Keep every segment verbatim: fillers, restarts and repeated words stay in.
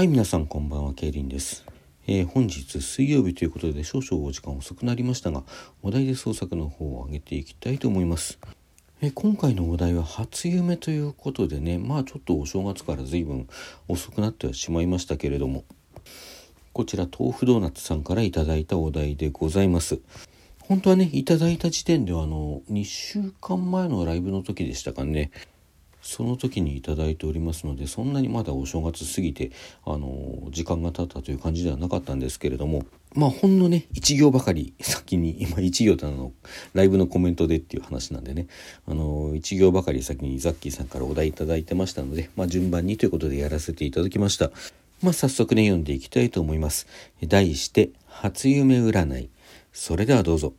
はい、皆さんこんばんは、ケイリンです。えー、本日水曜日ということで少々お時間遅くなりましたが、お題で創作の方を上げていきたいと思います。えー、今回のお題は初夢ということでね、まあちょっとお正月から随分遅くなってはしまいましたけれども、こちら豆腐ドーナツさんからいただいたお題でございます。本当はね、いただいた時点ではあのにしゅうかんまえのライブの時でしたかね、その時にいただいておりますので、そんなにまだお正月過ぎてあの時間が経ったという感じではなかったんですけれども、まあほんのね一行ばかり先に、今一行ってあのライブのコメントでっていう話なんでね、あの一行ばかり先にザッキーさんからお題いただいてましたので、まあ順番にということでやらせていただきました。まあ早速ね読んでいきたいと思います。題して初夢占い。それではどうぞ。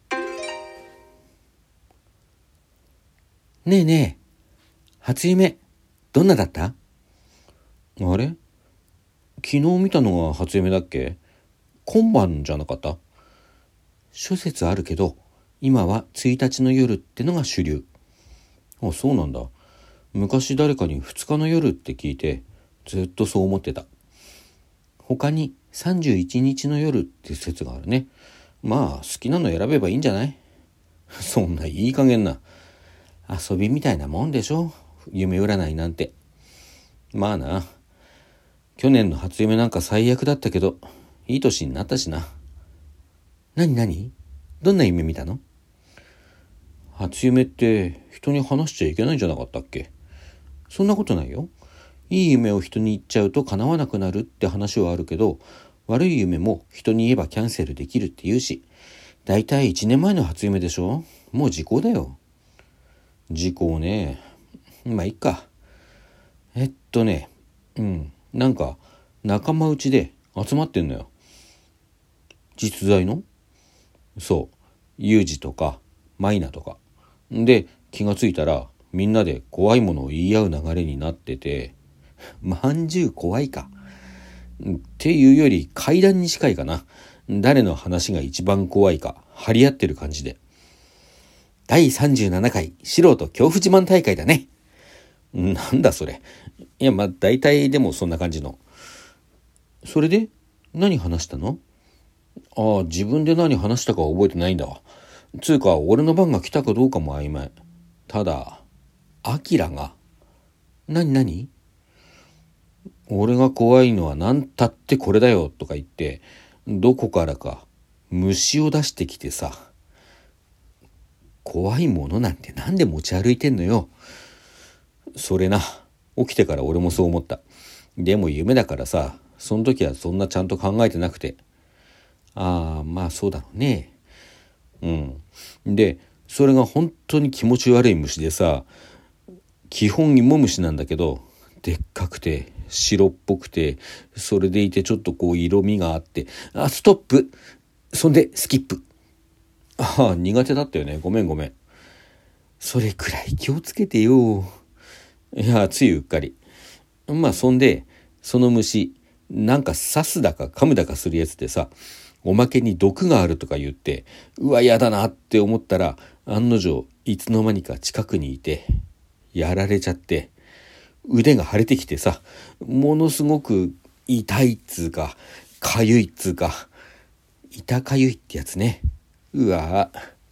ねえねえ、初夢どんなだった？あれ、昨日見たのが初夢だっけ？今晩じゃなかった？諸説あるけど、今はついたちの夜ってのが主流。あ、そうなんだ。昔誰かにふつかの夜って聞いて、ずっとそう思ってた。他にさんじゅういちにちの夜って説があるね。まあ好きなの選べばいいんじゃない？そんないい加減な。遊びみたいなもんでしょ、夢占いなんて。まあな。去年の初夢なんか最悪だったけど、いい年になったしな。なになに？どんな夢見たの？初夢って人に話しちゃいけないんじゃなかったっけ？そんなことないよ。いい夢を人に言っちゃうと叶わなくなるって話はあるけど、悪い夢も人に言えばキャンセルできるって言うし、だいたいいちねんまえの初夢でしょ？もう時効だよ。時効ね。まあいっか。えっとね、うん、なんか仲間内で集まってんのよ。実在の？そう、ユージとかマイナとかで、気がついたらみんなで怖いものを言い合う流れになってて、まんじゅう怖いかっていうより怪談に近いかな。誰の話が一番怖いか張り合ってる感じで。だいさんじゅうななかい素人恐怖自慢大会だね。なんだそれ。いや、まあ大体でもそんな感じの。それで何話したの？ああ、自分で何話したかは覚えてないんだわ。つうか俺の番が来たかどうかも曖昧。ただアキラが何何俺が怖いのは何たってこれだよとか言って、どこからか虫を出してきてさ。怖いものなんてなんで持ち歩いてんのよ。それな、起きてから俺もそう思った。でも夢だからさ、その時はそんなちゃんと考えてなくて。ああ、まあそうだろうね。うん。で、それが本当に気持ち悪い虫でさ、基本芋虫なんだけど、でっかくて白っぽくて、それでいてちょっとこう色味があって、あ、ストップ、そんでスキップ。ああ、苦手だったよね。ごめんごめん。それくらい気をつけてよ。いや、ついうっかり。まあそんで、その虫なんか刺すだか噛むだかするやつでさ、おまけに毒があるとか言って、うわやだなって思ったら、案の定いつの間にか近くにいて、やられちゃって、腕が腫れてきてさ、ものすごく痛いっつうかかゆいっつうか、痛かゆいってやつね。うわ、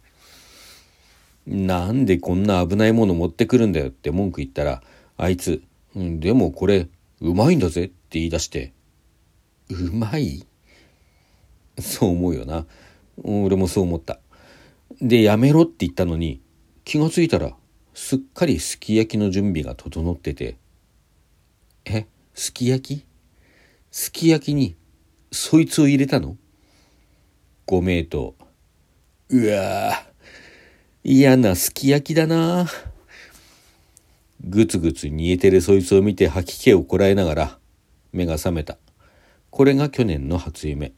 なんでこんな危ないもの持ってくるんだよって文句言ったら、あいつ、うん、でもこれうまいんだぜって言い出して。うまい？そう思うよな。俺もそう思った。で、やめろって言ったのに、気がついたらすっかりすき焼きの準備が整ってて。え、すき焼き？すき焼きにそいつを入れたの？ご名答。うわー、嫌なすき焼きだな。ぐつぐつ煮えてるそいつを見て吐き気をこらえながら目が覚めた。これが去年の初夢。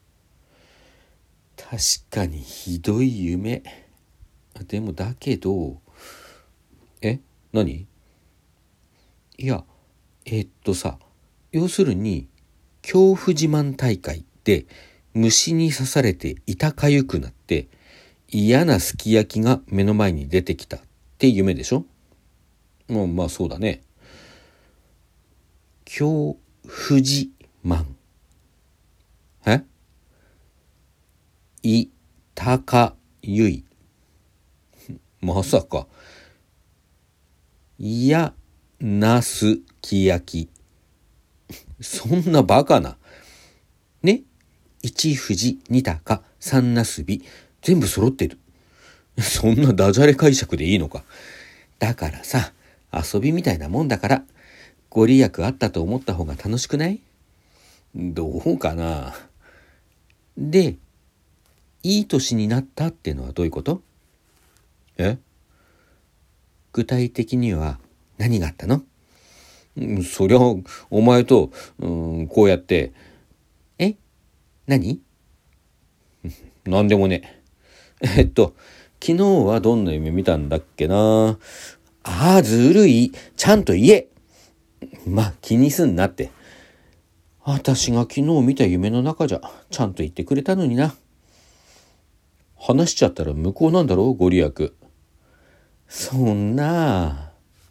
確かにひどい夢。でもだけど、え、何？いや、えっとさ、要するに恐怖自慢大会で虫に刺されて痛かゆくなって嫌なすき焼きが目の前に出てきたって夢でしょ。まあまあそうだね。恐富士マン。えいたかゆい。まさか。いや、なすき焼き。そんなバカな。ね。一富士、二鷹、三なすび。全部揃ってる。そんなダジャレ解釈でいいのか。だからさ、遊びみたいなもんだから、ご利益あったと思った方が楽しくない？どうかな。で、いい年になったってのはどういうこと？え？具体的には何があったの？うん、そりゃお前と、うん、こうやってえ何？なんでもね。えっと昨日はどんな夢見たんだっけな。あーずるい、ちゃんと言え。まあ気にすんなって。私が昨日見た夢の中じゃちゃんと言ってくれたのにな。話しちゃったら向こうなんだろう、ご利益。そんな。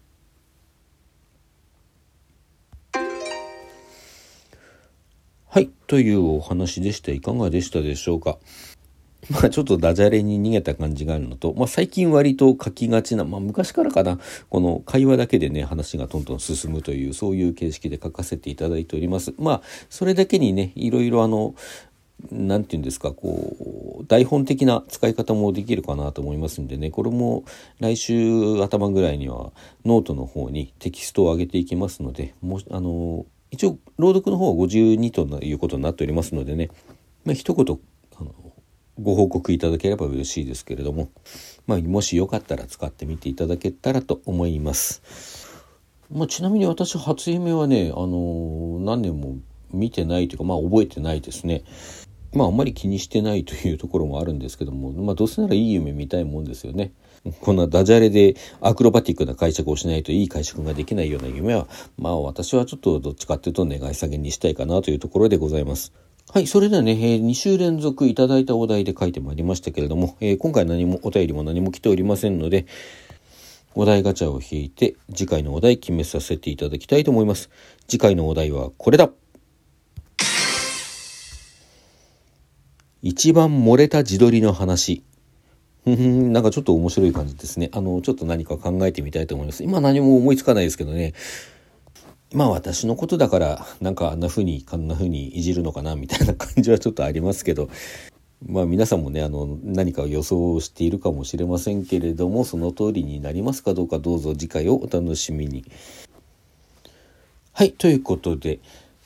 はい、というお話でした。いかがでしたでしょうか。まあちょっとダジャレに逃げた感じがあるのと、まあ最近割と書きがちな、まあ昔からかな、この会話だけでね、話がどんどん進むという、そういう形式で書かせていただいております。まあそれだけにね、いろいろあの、なんていうんですか、こう、台本的な使い方もできるかなと思いますんでね、これも来週頭ぐらいにはノートの方にテキストを上げていきますので、もう、あの、一応朗読の方はごじゅうにということになっておりますのでね、まあ一言、あの、ご報告いただければ嬉しいですけれども、まあ、もしよかったら使ってみていただけたらと思います。まあ、ちなみに私初夢はね、あのー、何年も見てないというか、まあ覚えてないですね。まああんまり気にしてないというところもあるんですけども、まあどうせならいい夢見たいもんですよね。こんなダジャレでアクロバティックな解釈をしないといい解釈ができないような夢は、まあ私はちょっとどっちかっていうと願い下げにしたいかなというところでございます。はい、それではね、えー、に週連続いただいたお題で書いてまいりましたけれども、えー、今回何もお便りも何も来ておりませんので、お題ガチャを引いて次回のお題決めさせていただきたいと思います。次回のお題はこれだ。一番漏れた自撮りの話。なんかちょっと面白い感じですね。あの、ちょっと何か考えてみたいと思います。今何も思いつかないですけどね。まあ私のことだからなんかあんな風にこんな風にいじるのかなみたいな感じはちょっとありますけど、まあ皆さんもね、あの何か予想しているかもしれませんけれども、その通りになりますかどうか、どうぞ次回をお楽しみに。はい、ということで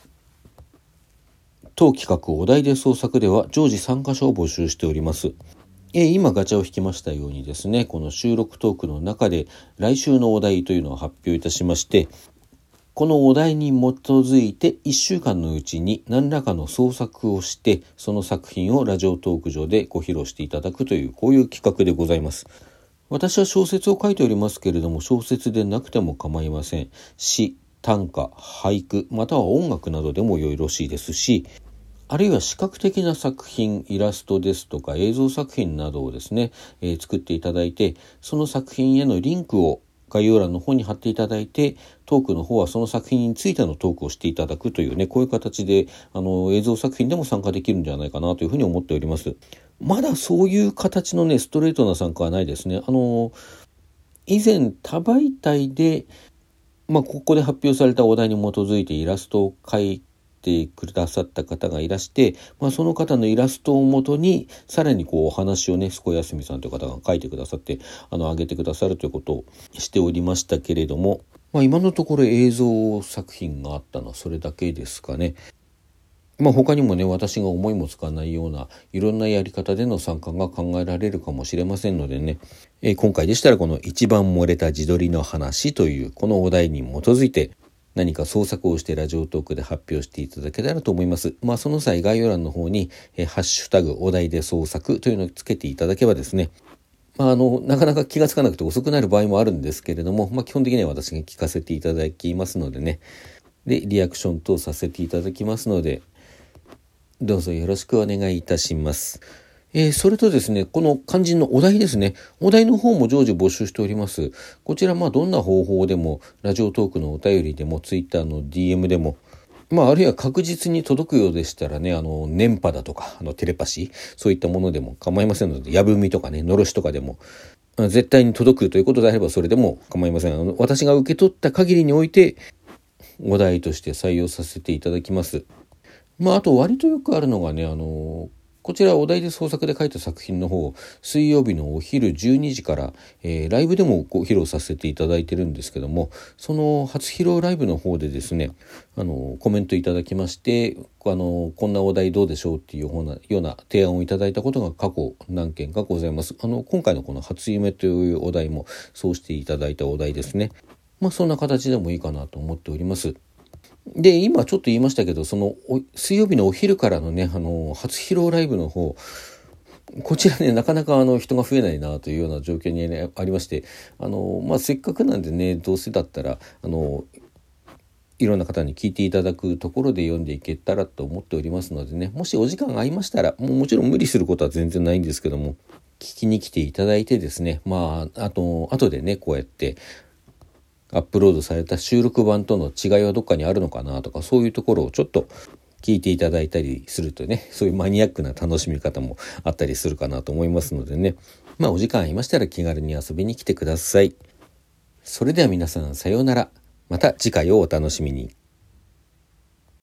当企画お題で創作では常時参加者を募集しております。えー、今ガチャを引きましたようにですね、この収録トークの中で来週のお題というのを発表いたしまして、このお題に基づいていっしゅうかんのうちに何らかの創作をして、その作品をラジオトーク上でご披露していただくという、こういう企画でございます。私は小説を書いておりますけれども、小説でなくても構いません。詩、短歌、俳句、または音楽などでもよろしいですし、あるいは視覚的な作品、イラストですとか映像作品などをですね、えー、作っていただいて、その作品へのリンクを概要欄の方に貼っていただいて、トークの方はその作品についてのトークをしていただくというね、こういう形であの映像作品でも参加できるんじゃないかなというふうに思っております。まだそういう形のね、ストレートな参加はないですね。あの以前他媒体で、まあ、ここで発表されたお題に基づいてイラストを描いてくださった方がいらして、まあ、その方のイラストをもとにさらにこうお話をね、すこやすみさんという方が書いてくださって、あの上げてくださるということをしておりましたけれども、まあ、今のところ映像作品があったのはそれだけですかね。まあ、他にもね、私が思いもつかないようないろんなやり方での参加が考えられるかもしれませんのでね、えー、今回でしたらこの一番漏れた自撮りの話というこのお題に基づいて何か創作をしてラジオトークで発表していただけたらと思います。まあその際概要欄の方に、えー、ハッシュタグお題で創作というのをつけていただけばですね、まあ、あのなかなか気がつかなくて遅くなる場合もあるんですけれども、まあ、基本的には私が聞かせていただきますのでね、でリアクション等させていただきますので、どうぞよろしくお願いいたします。えー、それとですね、この肝心のお題ですね。お題の方も常時募集しております。こちらまあどんな方法でも、ラジオトークのお便りでも、ツイッターの ディーエム でも、 まあ、あるいは確実に届くようでしたらね、あの、電波だとか、あの、テレパシー、そういったものでも構いませんので、やぶみとかね、のろしとかでも、絶対に届くということであれば、それでも構いません。あの、私が受け取った限りにおいて、お題として採用させていただきます。まあ、あと割とよくあるのがね、あの、こちらお題で創作で書いた作品の方、水曜日のお昼じゅうにじから、えー、ライブでもご披露させていただいてるんですけども、その初披露ライブの方でですね、あのコメントいただきまして、あのこんなお題どうでしょうっていうようなような提案をいただいたことが過去何件かございます。あの今回のこの初夢というお題もそうしていただいたお題ですね。まあそんな形でもいいかなと思っております。で、今ちょっと言いましたけど、その水曜日のお昼からのね、あの初披露ライブの方、こちらね、なかなかあの人が増えないなというような状況に、ね、ありまして、あの、まあ、せっかくなんでね、どうせだったら、あの、いろんな方に聞いていただくところで読んでいけたらと思っておりますのでね、もしお時間が合いましたら、もうもちろん無理することは全然ないんですけども、聞きに来ていただいてですね、まあ、あと、後でね、こうやって、アップロードされた収録版との違いはどっかにあるのかなとか、そういうところをちょっと聞いていただいたりするとね、そういうマニアックな楽しみ方もあったりするかなと思いますのでね、まあお時間ありましたら気軽に遊びに来てください。それでは皆さんさようなら。また次回をお楽しみに。